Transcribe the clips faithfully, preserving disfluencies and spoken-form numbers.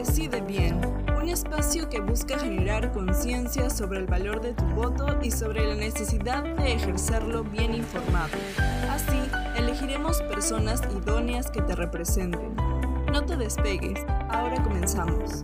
Decide Bien, un espacio que busca generar conciencia sobre el valor de tu voto y sobre la necesidad de ejercerlo bien informado. Así, elegiremos personas idóneas que te representen. No te despegues, ahora comenzamos.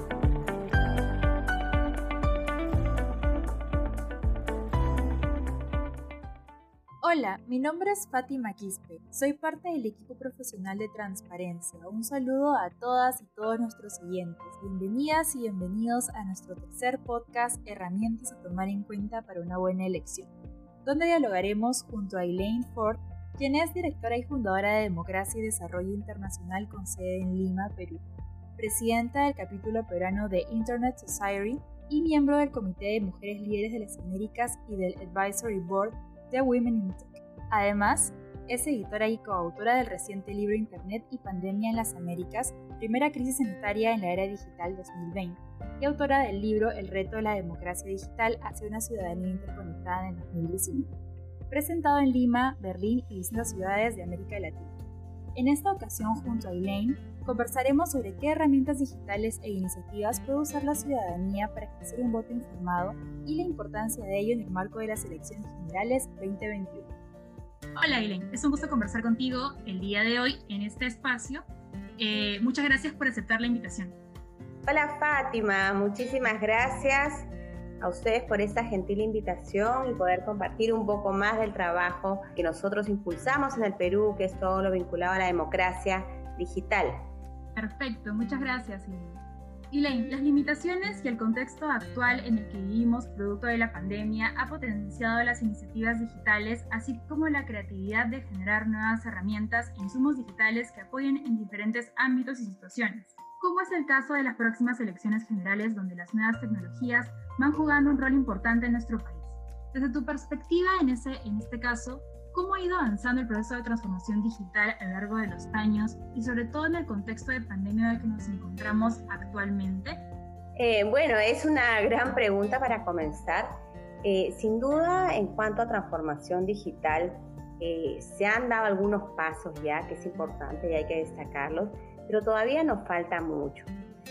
Hola, mi nombre es Fátima Quispe, soy parte del equipo profesional de Transparencia. Un saludo a todas y todos nuestros oyentes. Bienvenidas y bienvenidos a nuestro tercer podcast Herramientas a tomar en cuenta para una buena elección, donde dialogaremos junto a Elaine Ford, quien es directora y fundadora de Democracia y Desarrollo Internacional con sede en Lima, Perú, presidenta del capítulo peruano de Internet Society y miembro del Comité de Mujeres Líderes de las Américas y del Advisory Board de Women in Tech. Además, es editora y coautora del reciente libro Internet y Pandemia en las Américas, Primera Crisis Sanitaria en la Era Digital dos mil veinte, y autora del libro El Reto de la Democracia Digital hacia una Ciudadanía Interconectada en dos mil diecinueve, presentado en Lima, Berlín y distintas ciudades de América Latina. En esta ocasión, junto a Elaine, conversaremos sobre qué herramientas digitales e iniciativas puede usar la ciudadanía para ejercer un voto informado y la importancia de ello en el marco de las elecciones generales veinte veintiuno. Hola Elaine, es un gusto conversar contigo el día de hoy en este espacio. Eh, muchas gracias por aceptar la invitación. Hola Fátima, muchísimas gracias a ustedes por esta gentil invitación y poder compartir un poco más del trabajo que nosotros impulsamos en el Perú, que es todo lo vinculado a la democracia digital. Perfecto, muchas gracias Elaine. Elaine, las limitaciones y el contexto actual en el que vivimos producto de la pandemia ha potenciado las iniciativas digitales, así como la creatividad de generar nuevas herramientas e insumos digitales que apoyen en diferentes ámbitos y situaciones. ¿Cómo es el caso de las próximas elecciones generales donde las nuevas tecnologías van jugando un rol importante en nuestro país? Desde tu perspectiva en, ese, en este caso, ¿cómo ha ido avanzando el proceso de transformación digital a lo largo de los años y sobre todo en el contexto de pandemia en el que nos encontramos actualmente? Eh, bueno, es una gran pregunta para comenzar. Eh, sin duda, en cuanto a transformación digital, eh, se han dado algunos pasos ya, que es importante y hay que destacarlos, pero todavía nos falta mucho.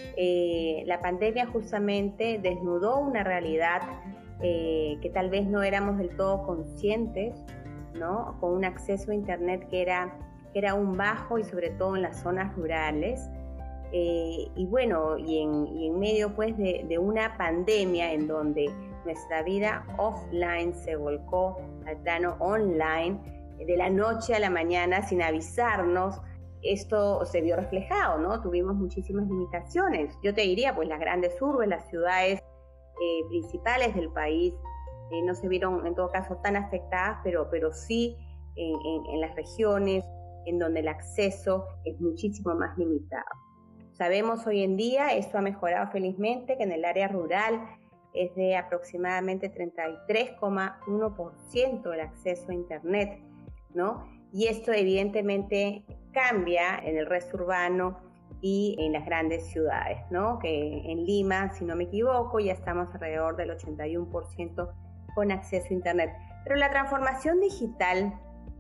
Eh, la pandemia justamente desnudó una realidad eh, que tal vez no éramos del todo conscientes, ¿no? Con un acceso a internet que era, que era aún bajo y sobre todo en las zonas rurales. Eh, y bueno, y en, y en medio pues de, de una pandemia en donde nuestra vida offline se volcó al plano online, de la noche a la mañana sin avisarnos, esto se vio reflejado, ¿no? Tuvimos muchísimas limitaciones. Yo te diría, pues las grandes urbes, las ciudades eh, principales del país, eh, no se vieron en todo caso tan afectadas, pero, pero sí en, en, en las regiones en donde el acceso es muchísimo más limitado. Sabemos hoy en día, esto ha mejorado felizmente, que en el área rural es de aproximadamente treinta y tres coma uno por ciento el acceso a internet, ¿no? Y esto evidentemente cambia en el resto urbano y en las grandes ciudades, ¿no? Que en Lima, si no me equivoco, ya estamos alrededor del ochenta y uno por ciento con acceso a internet. Pero la transformación digital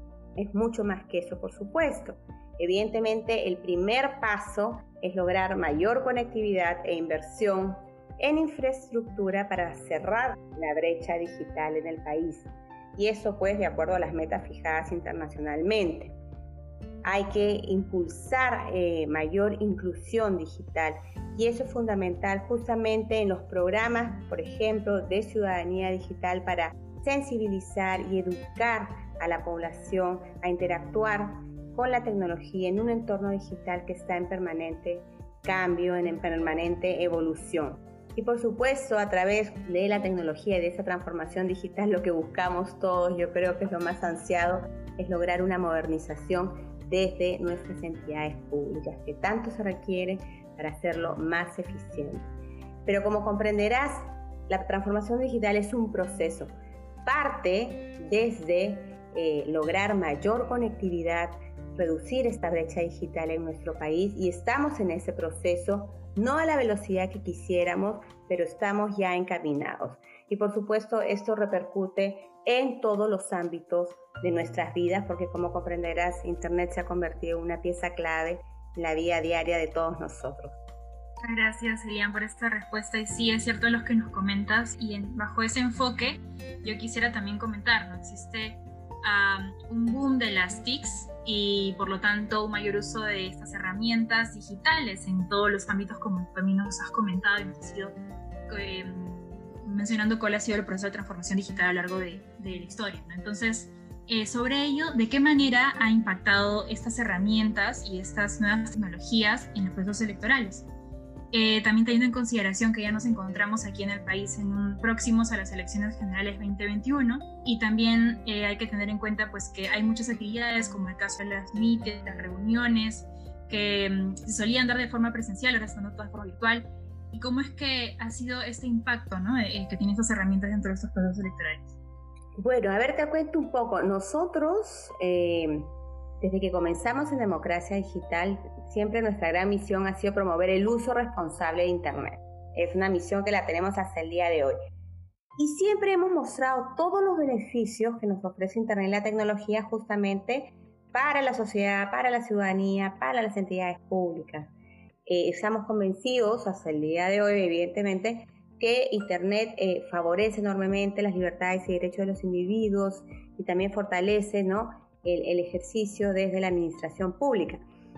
es mucho más que eso, por supuesto. Evidentemente, el primer paso es lograr mayor conectividad e inversión en infraestructura para cerrar la brecha digital en el país. Y eso pues de acuerdo a las metas fijadas internacionalmente. Hay que impulsar eh, mayor inclusión digital y eso es fundamental justamente en los programas, por ejemplo, de ciudadanía digital para sensibilizar y educar a la población a interactuar con la tecnología en un entorno digital que está en permanente cambio, en permanente evolución. Y por supuesto, a través de la tecnología y de esa transformación digital, lo que buscamos todos, yo creo que es lo más ansiado, es lograr una modernización desde nuestras entidades públicas, que tanto se requiere para hacerlo más eficiente. Pero como comprenderás, la transformación digital es un proceso. Parte desde eh, lograr mayor conectividad, reducir esta brecha digital en nuestro país y estamos en ese proceso, no a la velocidad que quisiéramos, pero estamos ya encaminados. Y por supuesto esto repercute en todos los ámbitos de nuestras vidas, porque como comprenderás, Internet se ha convertido en una pieza clave en la vida diaria de todos nosotros. Muchas gracias, Elian, por esta respuesta. Y sí, es cierto lo que nos comentas. Y en, bajo ese enfoque, yo quisiera también comentar, ¿no? Existe um, un boom de las T I Cs y, por lo tanto, un mayor uso de estas herramientas digitales en todos los ámbitos, como también nos has comentado y nos has ido eh, mencionando cuál ha sido el proceso de transformación digital a lo largo de, de la historia, ¿no? Entonces, eh, sobre ello, ¿de qué manera ha impactado estas herramientas y estas nuevas tecnologías en los procesos electorales? Eh, también teniendo en consideración que ya nos encontramos aquí en el país en un, próximos a las elecciones generales veinte veintiuno, y también eh, hay que tener en cuenta pues, que hay muchas actividades, como el caso de las meetings, las reuniones, que um, se solían dar de forma presencial, ahora están todas de forma virtual. ¿Y cómo es que ha sido este impacto, ¿no?, el que tienen estas herramientas dentro de estos procesos electorales? Bueno, a ver, te cuento un poco. Nosotros, eh, desde que comenzamos en Democracia Digital, siempre nuestra gran misión ha sido promover el uso responsable de Internet. Es una misión que la tenemos hasta el día de hoy. Y siempre hemos mostrado todos los beneficios que nos ofrece Internet y la tecnología justamente para la sociedad, para la ciudadanía, para las entidades públicas. Eh, estamos convencidos hasta el día de hoy, evidentemente, que Internet eh, favorece enormemente las libertades y derechos de los individuos y también fortalece, ¿no?, el, el ejercicio desde la administración pública.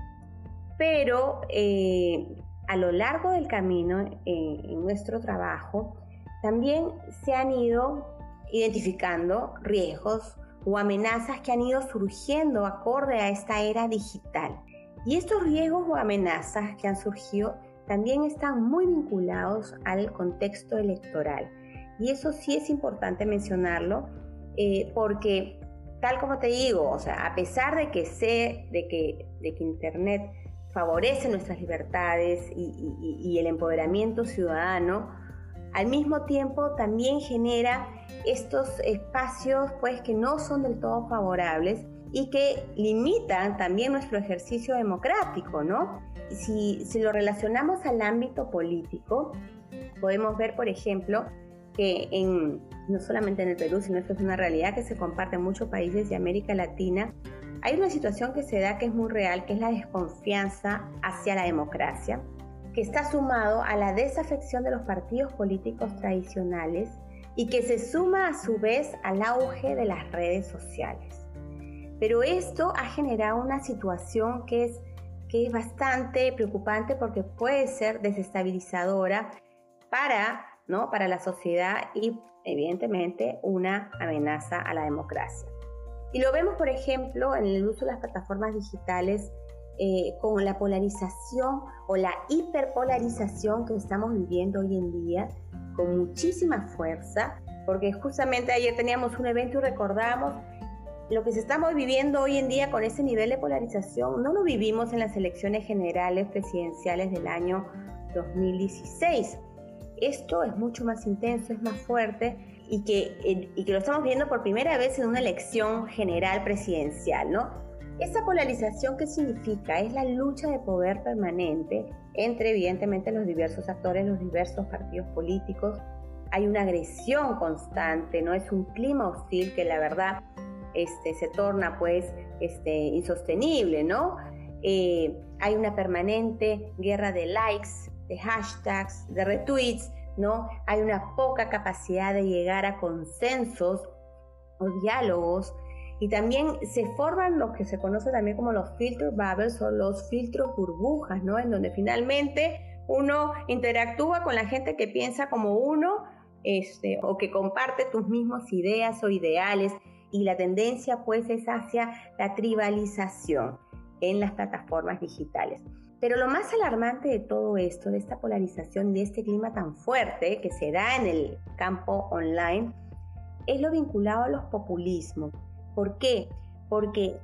Pero eh, a lo largo del camino, eh, en nuestro trabajo, también se han ido identificando riesgos o amenazas que han ido surgiendo acorde a esta era digital. Y estos riesgos o amenazas que han surgido también están muy vinculados al contexto electoral. Y eso sí es importante mencionarlo, eh, porque tal como te digo, o sea, a pesar de que sé de que, de que Internet favorece nuestras libertades y, y, y el empoderamiento ciudadano, al mismo tiempo también genera estos espacios pues, que no son del todo favorables y que limitan también nuestro ejercicio democrático, ¿no? Si, si lo relacionamos al ámbito político, podemos ver, por ejemplo, que en, no solamente en el Perú, sino que es una realidad que se comparte en muchos países de América Latina, hay una situación que se da que es muy real, que es la desconfianza hacia la democracia, que está sumado a la desafección de los partidos políticos tradicionales y que se suma a su vez al auge de las redes sociales. Pero esto ha generado una situación que es, que es bastante preocupante porque puede ser desestabilizadora para, ¿no?, para la sociedad y evidentemente una amenaza a la democracia. Y lo vemos, por ejemplo, en el uso de las plataformas digitales eh, con la polarización o la hiperpolarización que estamos viviendo hoy en día con muchísima fuerza, porque justamente ayer teníamos un evento y recordamos lo que se estamos viviendo hoy en día con ese nivel de polarización. No lo vivimos en las elecciones generales presidenciales del año dos mil dieciséis. Esto es mucho más intenso, es más fuerte y que, y que lo estamos viendo por primera vez en una elección general presidencial, ¿no? Esta polarización, ¿qué significa? Es la lucha de poder permanente entre, evidentemente, los diversos actores, los diversos partidos políticos. Hay una agresión constante, ¿no? Es un clima hostil que la verdad este, se torna, pues, este, insostenible, ¿no? Eh, hay una permanente guerra de likes, de hashtags, de retweets, ¿no? Hay una poca capacidad de llegar a consensos o diálogos, y también se forman lo que se conoce también como los filter bubbles o los filtros burbujas, ¿no? En donde finalmente uno interactúa con la gente que piensa como uno, este, o que comparte tus mismas ideas o ideales, y la tendencia pues es hacia la tribalización en las plataformas digitales. Pero lo más alarmante de todo esto, de esta polarización, de este clima tan fuerte que se da en el campo online, es lo vinculado a los populismos. ¿Por qué? Porque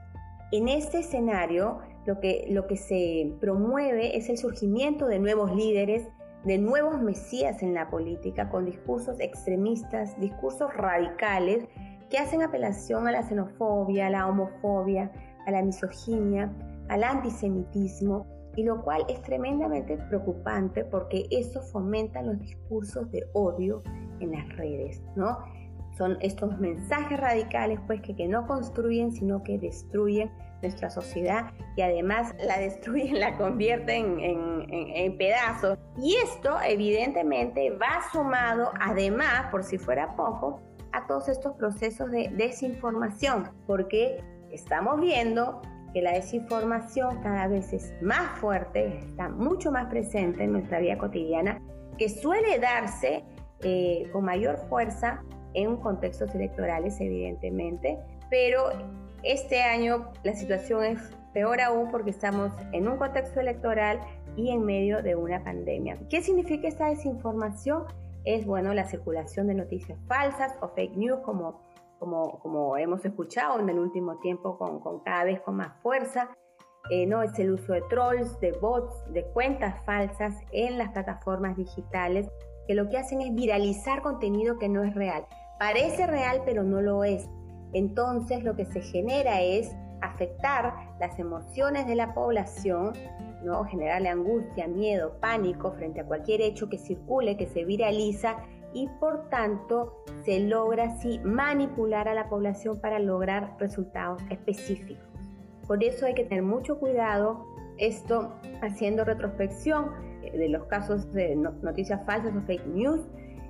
en este escenario lo que, lo que se promueve es el surgimiento de nuevos líderes, de nuevos mesías en la política, con discursos extremistas, discursos radicales, que hacen apelación a la xenofobia, a la homofobia, a la misoginia, al antisemitismo, y lo cual es tremendamente preocupante porque eso fomenta los discursos de odio en las redes, ¿no? Son estos mensajes radicales pues que, que no construyen sino que destruyen nuestra sociedad y además la destruyen, la convierten en, en, en pedazos. Y esto evidentemente va sumado además, por si fuera poco, a todos estos procesos de desinformación, porque estamos viendo que la desinformación cada vez es más fuerte, está mucho más presente en nuestra vida cotidiana, que suele darse eh, con mayor fuerza en contextos electorales, evidentemente, pero este año la situación es peor aún porque estamos en un contexto electoral y en medio de una pandemia. ¿Qué significa esta desinformación? Es, bueno, la circulación de noticias falsas o fake news, como, como, como hemos escuchado en el último tiempo con, con cada vez con más fuerza. Eh, ¿no? Es el uso de trolls, de bots, de cuentas falsas en las plataformas digitales, que lo que hacen es viralizar contenido que no es real. Parece real, pero no lo es. Entonces, lo que se genera es afectar las emociones de la población, ¿no? Generarle angustia, miedo, pánico frente a cualquier hecho que circule, que se viraliza, y por tanto se logra así manipular a la población para lograr resultados específicos. Por eso hay que tener mucho cuidado, esto haciendo retrospección de los casos de noticias falsas o fake news,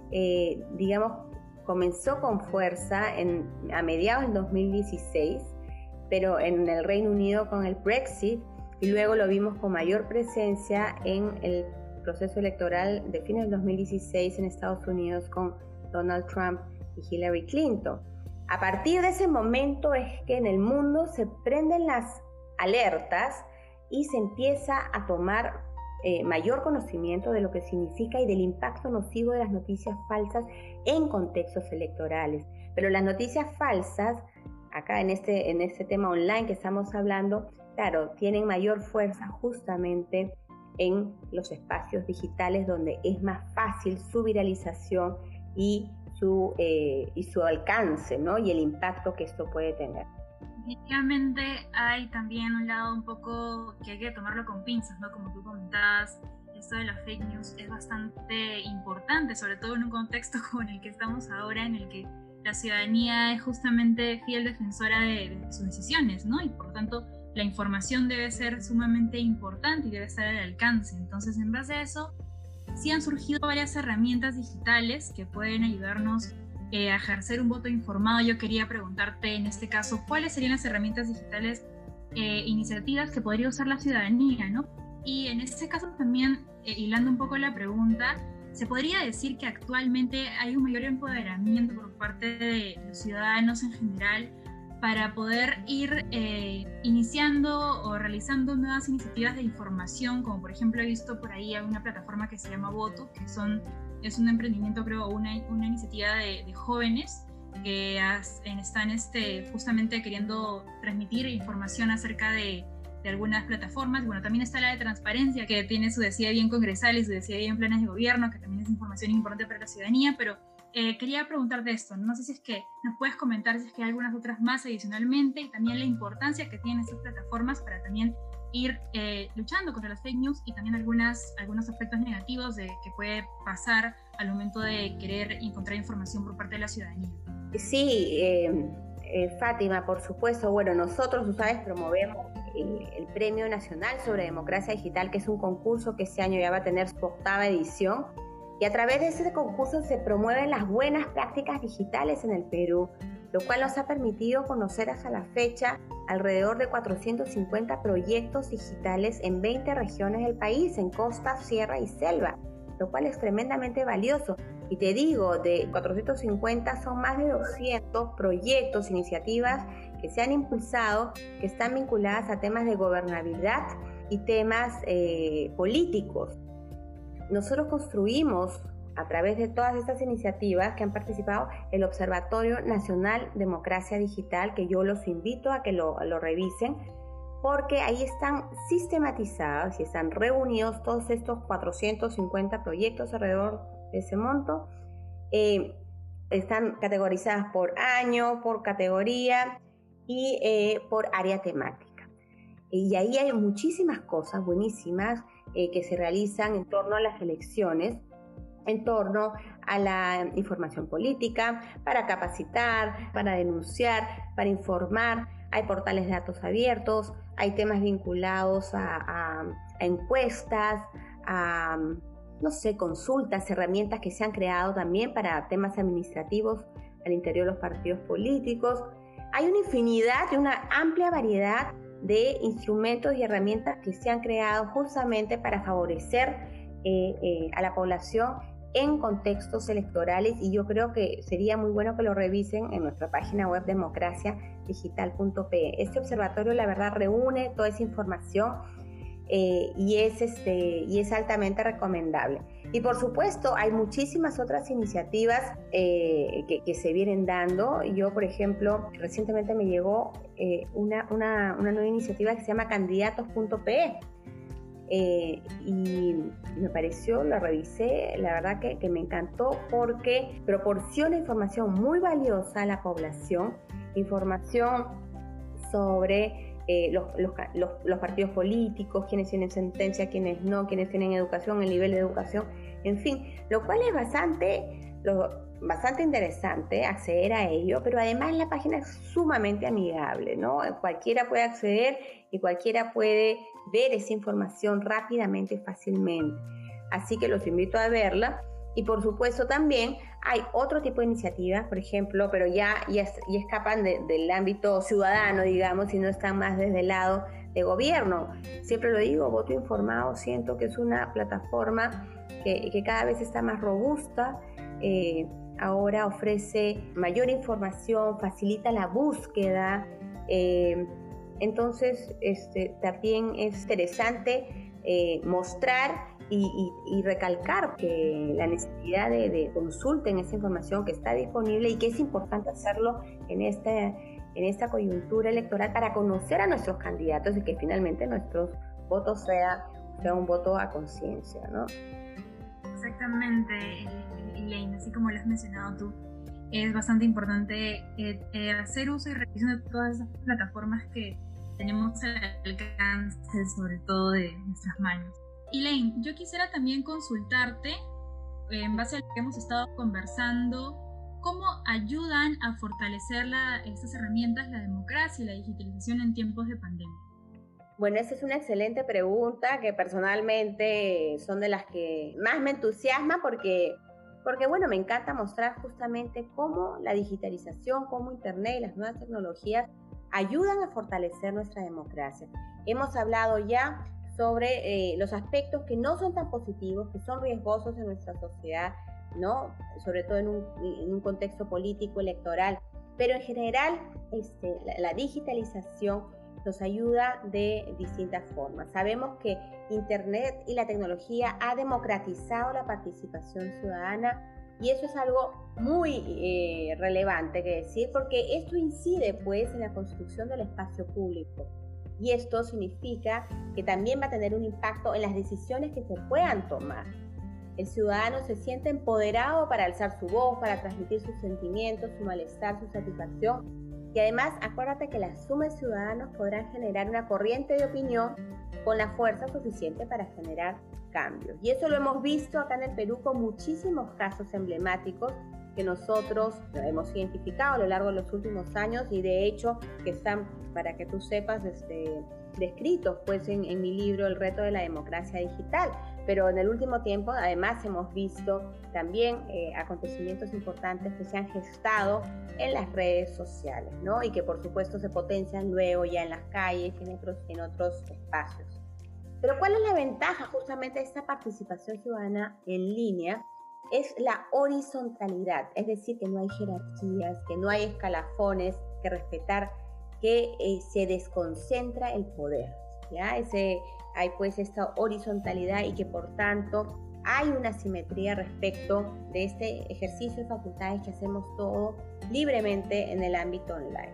eh, digamos, comenzó con fuerza en, a mediados del dos mil dieciséis, pero en el Reino Unido con el Brexit, y luego lo vimos con mayor presencia en el proceso electoral de fines del dos mil dieciséis en Estados Unidos con Donald Trump y Hillary Clinton. A partir de ese momento es que en el mundo se prenden las alertas y se empieza a tomar eh, mayor conocimiento de lo que significa y del impacto nocivo de las noticias falsas en contextos electorales. Pero las noticias falsas, acá en este, en este tema online que estamos hablando, claro, tienen mayor fuerza justamente en los espacios digitales donde es más fácil su viralización y su, eh, y su alcance, ¿no? Y el impacto que esto puede tener. Definitivamente hay también un lado un poco que hay que tomarlo con pinzas, ¿no? Como tú comentabas, esto de las fake news es bastante importante, sobre todo en un contexto como en el que estamos ahora, en el que la ciudadanía es justamente fiel defensora de, de sus decisiones, ¿no? Y por lo tanto la información debe ser sumamente importante y debe estar al alcance. Entonces, en base a eso, sí han surgido varias herramientas digitales que pueden ayudarnos eh, a ejercer un voto informado. Yo quería preguntarte en este caso, ¿cuáles serían las herramientas digitales, eh, iniciativas que podría usar la ciudadanía, ¿no? Y en este caso también, eh, hilando un poco la pregunta, ¿se podría decir que actualmente hay un mayor empoderamiento por parte de los ciudadanos en general para poder ir eh, iniciando o realizando nuevas iniciativas de información, como por ejemplo he visto por ahí una plataforma que se llama Voto, que son, es un emprendimiento, creo, una, una iniciativa de, de jóvenes que has, en, están este, justamente queriendo transmitir información acerca de, de algunas plataformas. Bueno, también está la de Transparencia, que tiene su decía bien congresal y su decía bien planes de gobierno, que también es información importante para la ciudadanía, pero Eh, quería preguntarte esto, no sé si es que nos puedes comentar si es que hay algunas otras más adicionalmente, y también la importancia que tienen estas plataformas para también ir eh, luchando contra las fake news, y también algunas, algunos aspectos negativos de, que puede pasar al momento de querer encontrar información por parte de la ciudadanía. Sí, eh, eh, Fátima, por supuesto. Bueno, nosotros, tú sabes, promovemos el, el Premio Nacional sobre Democracia Digital, que es un concurso que este año ya va a tener su octava edición. Y a través de ese concurso se promueven las buenas prácticas digitales en el Perú, lo cual nos ha permitido conocer hasta la fecha alrededor de cuatrocientos cincuenta proyectos digitales en veinte regiones del país, en costa, sierra y selva, lo cual es tremendamente valioso. Y te digo, de cuatrocientos cincuenta son más de doscientos proyectos, iniciativas que se han impulsado, que están vinculadas a temas de gobernabilidad y temas eh, políticos. Nosotros construimos, a través de todas estas iniciativas que han participado, el Observatorio Nacional Democracia Digital, que yo los invito a que lo, lo revisen, porque ahí están sistematizados y están reunidos todos estos cuatrocientos cincuenta proyectos alrededor de ese monto. Eh, están categorizadas por año, por categoría y eh, por área temática. Y ahí hay muchísimas cosas buenísimas Eh, que se realizan en torno a las elecciones, en torno a la información política, para capacitar, para denunciar, para informar. Hay portales de datos abiertos, hay temas vinculados a, a, a encuestas, a, no sé, consultas, herramientas que se han creado también para temas administrativos al interior de los partidos políticos. Hay una infinidad y una amplia variedad de instrumentos y herramientas que se han creado justamente para favorecer eh, eh, a la población en contextos electorales, y yo creo que sería muy bueno que lo revisen en nuestra página web democracia digital punto pe. Este observatorio, la verdad, reúne toda esa información eh, y, es, este, y es altamente recomendable. Y por supuesto, hay muchísimas otras iniciativas eh, que, que se vienen dando. Yo, por ejemplo, recientemente me llegó eh, una, una, una nueva iniciativa que se llama candidatos punto pe. Eh, y me pareció, la revisé, la verdad que, que me encantó porque proporciona información muy valiosa a la población, información sobre eh, los, los, los, los partidos políticos, quienes tienen sentencia, quienes no, quienes tienen educación, el nivel de educación, en fin, lo cual es bastante, lo, bastante interesante acceder a ello, pero además la página es sumamente amigable, ¿no? Cualquiera puede acceder y cualquiera puede ver esa información rápidamente y fácilmente. Así que los invito a verla. Y por supuesto también hay otro tipo de iniciativas, por ejemplo, pero ya, ya, ya escapan de, del ámbito ciudadano, digamos, y no están más desde el lado de gobierno. Siempre lo digo, Voto Informado, siento que es una plataforma que, que cada vez está más robusta. Eh, ahora ofrece mayor información, facilita la búsqueda. Eh, entonces, este, también es interesante eh, mostrar y, y, y recalcar que la necesidad de, de consulten esa información que está disponible y que es importante hacerlo en este, en esta coyuntura electoral para conocer a nuestros candidatos y que finalmente nuestros votos sea, sea un voto a conciencia, ¿no? Exactamente, Elaine, así como lo has mencionado tú, es bastante importante eh, eh, hacer uso y revisión de todas esas plataformas que tenemos al alcance, sobre todo de nuestras manos. Elaine, yo quisiera también consultarte, eh, en base a lo que hemos estado conversando, ¿cómo ayudan a fortalecer la, estas herramientas, la democracia y la digitalización en tiempos de pandemia? Bueno, esa es una excelente pregunta que personalmente son de las que más me entusiasma porque, porque bueno, me encanta mostrar justamente cómo la digitalización, cómo Internet y las nuevas tecnologías ayudan a fortalecer nuestra democracia. Hemos hablado ya sobre eh, los aspectos que no son tan positivos, que son riesgosos en nuestra sociedad, ¿no? Sobre todo en un, en un contexto político electoral, pero en general este, la, la digitalización nos ayuda de distintas formas. Sabemos que Internet y la tecnología ha democratizado la participación ciudadana y eso es algo muy eh, relevante que decir porque esto incide pues en la construcción del espacio público. Y esto significa que también va a tener un impacto en las decisiones que se puedan tomar. El ciudadano se siente empoderado para alzar su voz, para transmitir sus sentimientos, su malestar, su satisfacción. Y además, acuérdate que la suma de ciudadanos podrán generar una corriente de opinión con la fuerza suficiente para generar cambios. Y eso lo hemos visto acá en el Perú con muchísimos casos emblemáticos que nosotros hemos identificado a lo largo de los últimos años y de hecho que están, para que tú sepas, este, descritos pues en, en mi libro El reto de la democracia digital. Pero en el último tiempo además hemos visto también eh, acontecimientos importantes que se han gestado en las redes sociales, ¿no? Y que por supuesto se potencian luego ya en las calles y en otros, en otros espacios. Pero ¿cuál es la ventaja justamente de esta participación ciudadana en línea? Es la horizontalidad, es decir, que no hay jerarquías, que no hay escalafones que respetar, que eh, se desconcentra el poder, ¿ya? Ese, hay pues esta horizontalidad y que por tanto hay una simetría respecto de este ejercicio de facultades que hacemos todo libremente en el ámbito online.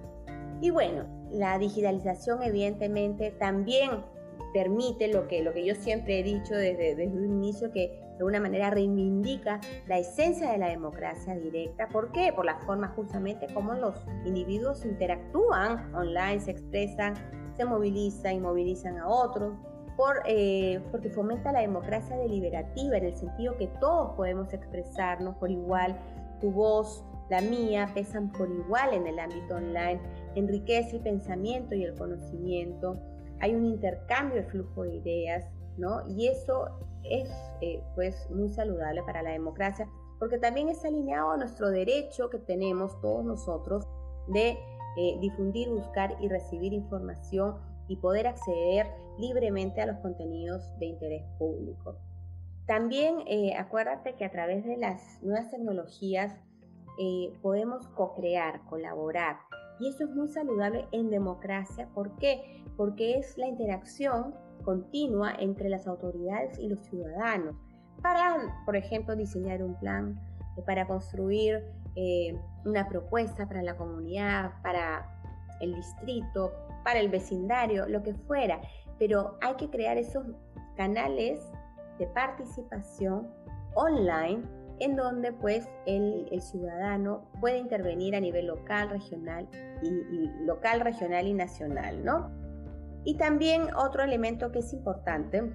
Y bueno, la digitalización evidentemente también permite lo que, lo que yo siempre he dicho desde, desde un inicio, que de alguna manera reivindica la esencia de la democracia directa. ¿Por qué? Por la forma justamente como los individuos interactúan online, se expresan, se movilizan y movilizan a otros. por, eh, porque fomenta la democracia deliberativa en el sentido que todos podemos expresarnos por igual, tu voz, la mía, pesan por igual en el ámbito online, enriquece el pensamiento y el conocimiento, hay un intercambio de flujo de ideas, ¿no? Y eso es eh, pues muy saludable para la democracia, porque también es alineado a nuestro derecho que tenemos todos nosotros de eh, difundir, buscar y recibir información y poder acceder libremente a los contenidos de interés público. También eh, acuérdate que a través de las nuevas tecnologías eh, podemos co-crear, colaborar, y eso es muy saludable en democracia. ¿Por qué? Porque es la interacción continua entre las autoridades y los ciudadanos para, por ejemplo, diseñar un plan, eh, para construir eh, una propuesta para la comunidad, para el distrito, para el vecindario, lo que fuera, pero hay que crear esos canales de participación online en donde pues el, el ciudadano puede intervenir a nivel local, regional y, y local, regional y nacional, ¿no? Y también otro elemento que es importante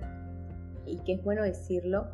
y que es bueno decirlo,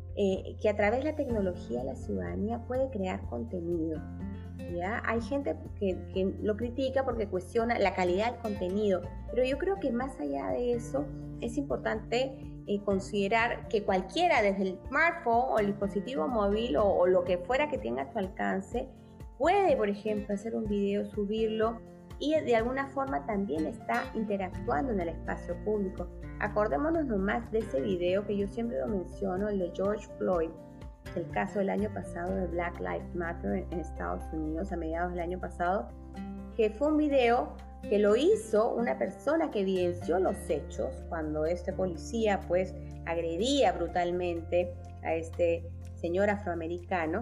eh, que a través de la tecnología la ciudadanía puede crear contenido. ¿Ya? Hay gente que, que lo critica porque cuestiona la calidad del contenido, pero yo creo que más allá de eso es importante eh, considerar que cualquiera desde el smartphone o el dispositivo móvil o, o lo que fuera que tenga a su alcance puede, por ejemplo, hacer un video, subirlo y de alguna forma también está interactuando en el espacio público. Acordémonos nomás de ese video que yo siempre lo menciono, el de George Floyd, el caso del año pasado de Black Lives Matter en Estados Unidos a mediados del año pasado, que fue un video que lo hizo una persona que evidenció los hechos cuando este policía pues agredía brutalmente a este señor afroamericano,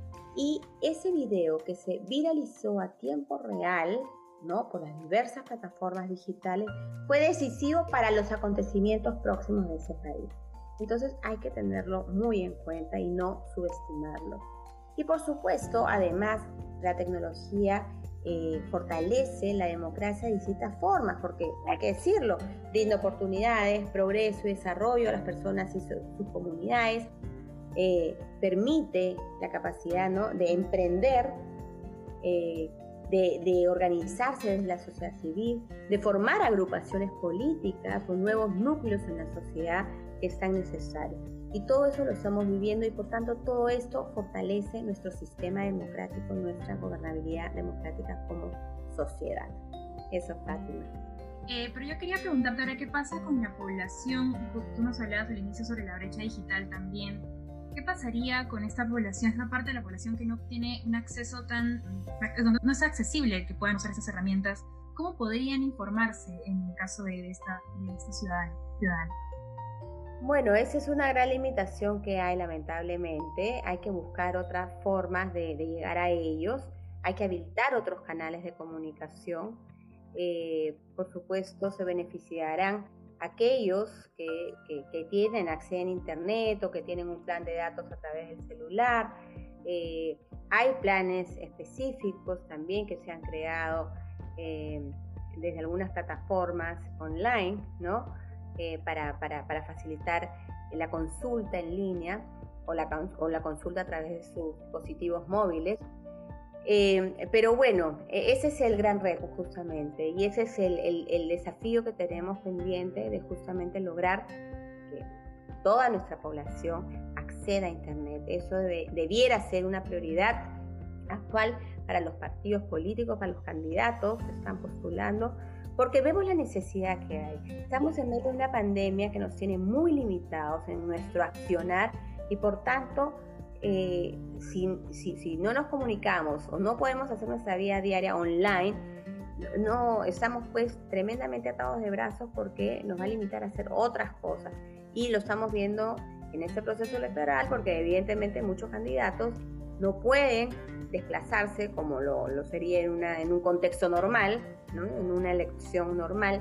y ese video que se viralizó a tiempo real, ¿no?, por las diversas plataformas digitales, fue decisivo para los acontecimientos próximos de ese país. Entonces hay que tenerlo muy en cuenta y no subestimarlo. Y por supuesto, además, la tecnología eh, fortalece la democracia de distintas formas, porque hay que decirlo, brinda oportunidades, progreso y desarrollo a las personas y su, sus comunidades, eh, permite la capacidad, ¿no?, de emprender, eh, de, de organizarse desde la sociedad civil, de formar agrupaciones políticas o nuevos núcleos en la sociedad que es tan necesario. Y todo eso lo estamos viviendo y por tanto todo esto fortalece nuestro sistema democrático, nuestra gobernabilidad democrática como sociedad. Eso, Fátima. Eh, pero yo quería preguntarte ahora qué pasa con la población. Tú nos hablabas al inicio sobre la brecha digital también. ¿Qué pasaría con esta población, esta parte de la población que no tiene un acceso tan, no es accesible que puedan usar estas herramientas? ¿Cómo podrían informarse en el caso de esta, de esta ciudadana? ciudadana? Bueno, esa es una gran limitación que hay, lamentablemente. Hay que buscar otras formas de, de llegar a ellos. Hay que habilitar otros canales de comunicación. Eh, por supuesto, se beneficiarán aquellos que, que, que tienen acceso a Internet o que tienen un plan de datos a través del celular. Eh, hay planes específicos también que se han creado eh, desde algunas plataformas online, ¿no? Eh, para, para, para facilitar la consulta en línea o la, o la consulta a través de sus dispositivos móviles. Eh, pero bueno, ese es el gran reto justamente, y ese es el, el, el desafío que tenemos pendiente de justamente lograr que toda nuestra población acceda a Internet. Eso debe, debiera ser una prioridad actual para los partidos políticos, para los candidatos que están postulando, porque vemos la necesidad que hay. Estamos en medio de una pandemia que nos tiene muy limitados en nuestro accionar y por tanto, eh, si, si, si no nos comunicamos o no podemos hacer nuestra vida diaria online, no estamos pues tremendamente atados de brazos porque nos va a limitar a hacer otras cosas. Y lo estamos viendo en este proceso electoral porque evidentemente muchos candidatos no pueden desplazarse como lo, lo sería en, una, en un contexto normal, ¿no?, en una elección normal,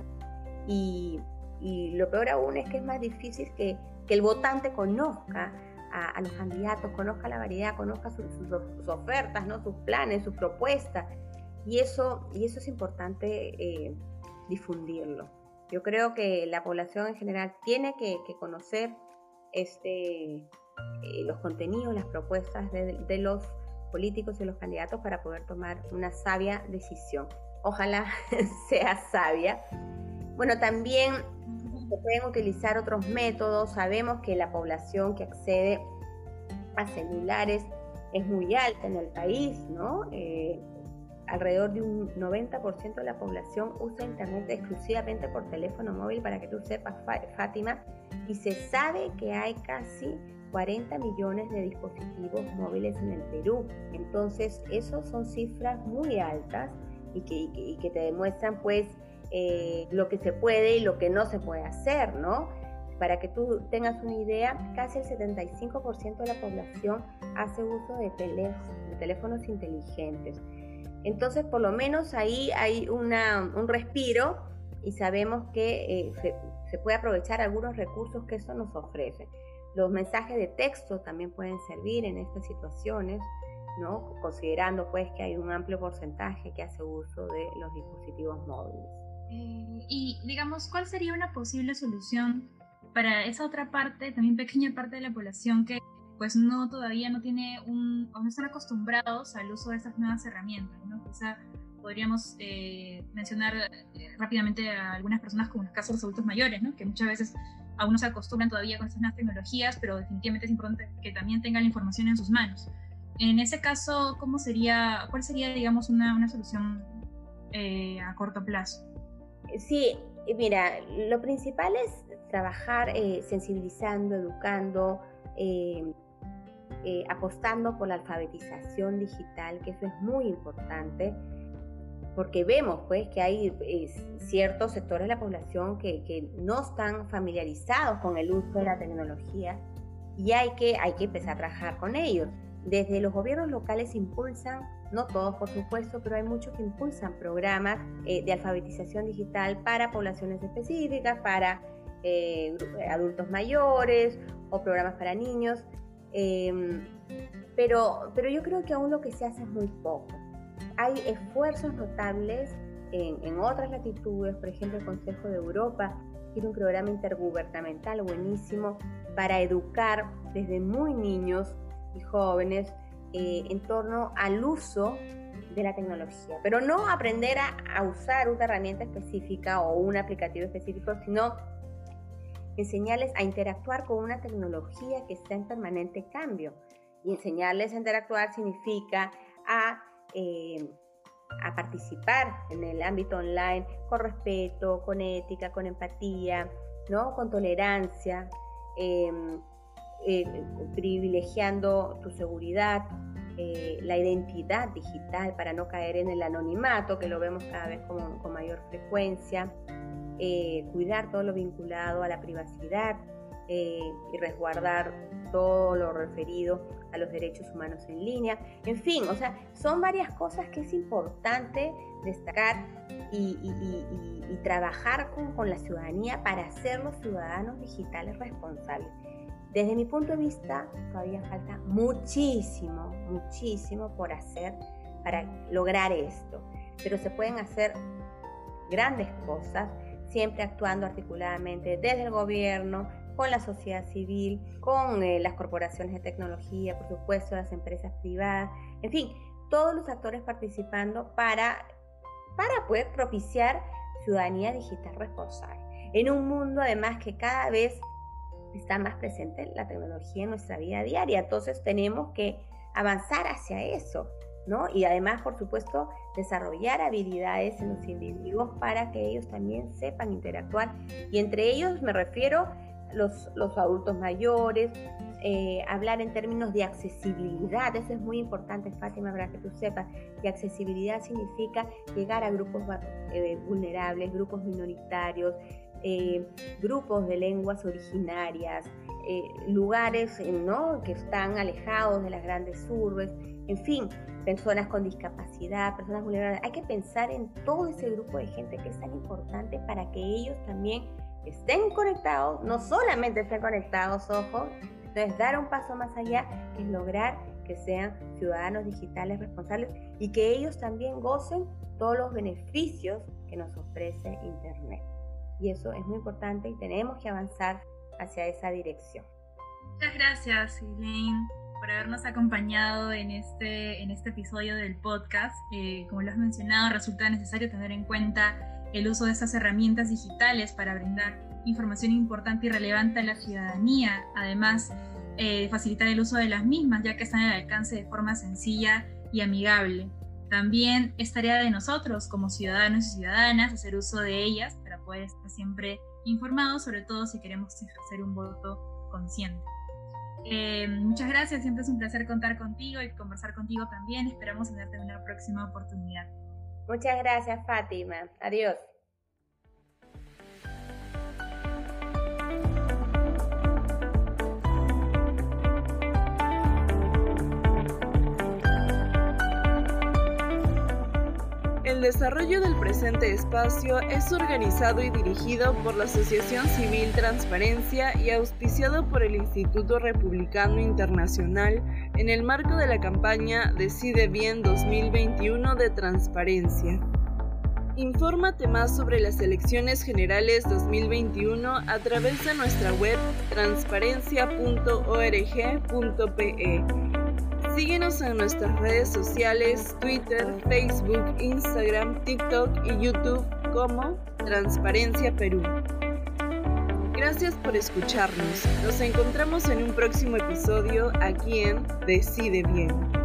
y, y lo peor aún es que es más difícil que, que el votante conozca a, a los candidatos, conozca la variedad, conozca sus, sus, sus ofertas, ¿no?, sus planes, sus propuestas, y eso, y eso es importante eh, difundirlo. Yo creo que la población en general tiene que, que conocer este, eh, los contenidos, las propuestas de, de los políticos y los candidatos para poder tomar una sabia decisión. Ojalá sea sabia. Bueno, también se pueden utilizar otros métodos. Sabemos que la población que accede a celulares es muy alta en el país, ¿no? Eh, alrededor de un noventa por ciento de la población usa internet exclusivamente por teléfono móvil, para que tú sepas, Fátima, y se sabe que hay casi cuarenta millones de dispositivos móviles en el Perú. Entonces, esas son cifras muy altas y que, y que, y que te demuestran, pues, eh, lo que se puede y lo que no se puede hacer, ¿no? Para que tú tengas una idea, casi el setenta y cinco por ciento de la población hace uso de, teléfonos, de teléfonos inteligentes. Entonces, por lo menos ahí hay una, un respiro y sabemos que eh, se, se puede aprovechar algunos recursos que eso nos ofrece. Los mensajes de texto también pueden servir en estas situaciones, ¿no? Considerando pues que hay un amplio porcentaje que hace uso de los dispositivos móviles. Eh, y digamos, ¿cuál sería una posible solución para esa otra parte, también pequeña parte de la población que pues no todavía no tiene un, o no están acostumbrados al uso de estas nuevas herramientas, ¿no? Quizá podríamos eh, mencionar eh, rápidamente a algunas personas, como en el caso de los adultos mayores, ¿no? Que muchas veces aún no se acostumbran todavía con estas nuevas tecnologías, pero definitivamente es importante que también tengan la información en sus manos. En ese caso, ¿cómo sería, cuál sería, digamos, una, una solución eh, a corto plazo? Sí, mira, lo principal es trabajar eh, sensibilizando, educando, eh, eh, apostando por la alfabetización digital, que eso es muy importante, porque vemos pues que hay eh, ciertos sectores de la población que, que no están familiarizados con el uso de la tecnología y hay que, hay que empezar a trabajar con ellos. Desde los gobiernos locales impulsan, no todos por supuesto, pero hay muchos que impulsan programas eh, de alfabetización digital para poblaciones específicas, para eh, adultos mayores o programas para niños, eh, pero, pero yo creo que aún lo que se hace es muy poco. Hay esfuerzos notables en, en otras latitudes, por ejemplo el Consejo de Europa tiene un programa intergubernamental buenísimo para educar desde muy niños y jóvenes eh, en torno al uso de la tecnología, pero no aprender a, a usar una herramienta específica o un aplicativo específico, sino enseñarles a interactuar con una tecnología que está en permanente cambio. Y enseñarles a interactuar significa a, eh, a participar en el ámbito online con respeto, con ética, con empatía, ¿no? Con tolerancia, eh, eh, privilegiando tu seguridad, eh, la identidad digital para no caer en el anonimato, que lo vemos cada vez con, con mayor frecuencia. Eh, cuidar todo lo vinculado a la privacidad eh, y resguardar todo lo referido a los derechos humanos en línea. En fin, o sea, son varias cosas que es importante destacar y, y, y, y, y trabajar con, con la ciudadanía para hacerlos ciudadanos digitales responsables. Desde mi punto de vista, todavía falta muchísimo, muchísimo por hacer para lograr esto, pero se pueden hacer grandes cosas, siempre actuando articuladamente desde el gobierno, con la sociedad civil, con eh, las corporaciones de tecnología, por supuesto, las empresas privadas, en fin, todos los actores participando para, para poder propiciar ciudadanía digital responsable. En un mundo, además, que cada vez está más presente la tecnología en nuestra vida diaria, entonces tenemos que avanzar hacia eso, ¿no? Y además, por supuesto, desarrollar habilidades en los individuos para que ellos también sepan interactuar. Y entre ellos me refiero a los, los adultos mayores, eh, hablar en términos de accesibilidad. Eso es muy importante, Fátima, para que tú sepas que accesibilidad significa llegar a grupos eh, vulnerables, grupos minoritarios, eh, grupos de lenguas originarias, eh, lugares, ¿no?, que están alejados de las grandes urbes, en fin, personas con discapacidad, personas vulnerables. Hay que pensar en todo ese grupo de gente que es tan importante para que ellos también estén conectados, no solamente estén conectados, ojo. Entonces, dar un paso más allá es lograr que sean ciudadanos digitales responsables y que ellos también gocen todos los beneficios que nos ofrece Internet. y eso es muy importante y tenemos que avanzar hacia esa dirección. Muchas gracias, Elaine, por habernos acompañado en este, en este episodio del podcast. Eh, como lo has mencionado, resulta necesario tener en cuenta el uso de estas herramientas digitales para brindar información importante y relevante a la ciudadanía, además eh, de facilitar el uso de las mismas, ya que están al alcance de forma sencilla y amigable. También es tarea de nosotros, como ciudadanos y ciudadanas, hacer uso de ellas para poder estar siempre informados, sobre todo si queremos ejercer un voto consciente. Eh, muchas gracias, siempre es un placer contar contigo y conversar contigo también. Esperamos tenerte en una próxima oportunidad. Muchas gracias, Fátima. Adiós. El desarrollo del presente espacio es organizado y dirigido por la Asociación Civil Transparencia y auspiciado por el Instituto Republicano Internacional en el marco de la campaña Decide Bien dos mil veintiuno de Transparencia. Infórmate más sobre las elecciones generales dos mil veintiuno a través de nuestra web transparencia punto org punto pe. Síguenos en nuestras redes sociales, Twitter, Facebook, Instagram, TikTok y YouTube como Transparencia Perú. Gracias por escucharnos. Nos encontramos en un próximo episodio aquí en Decide Bien.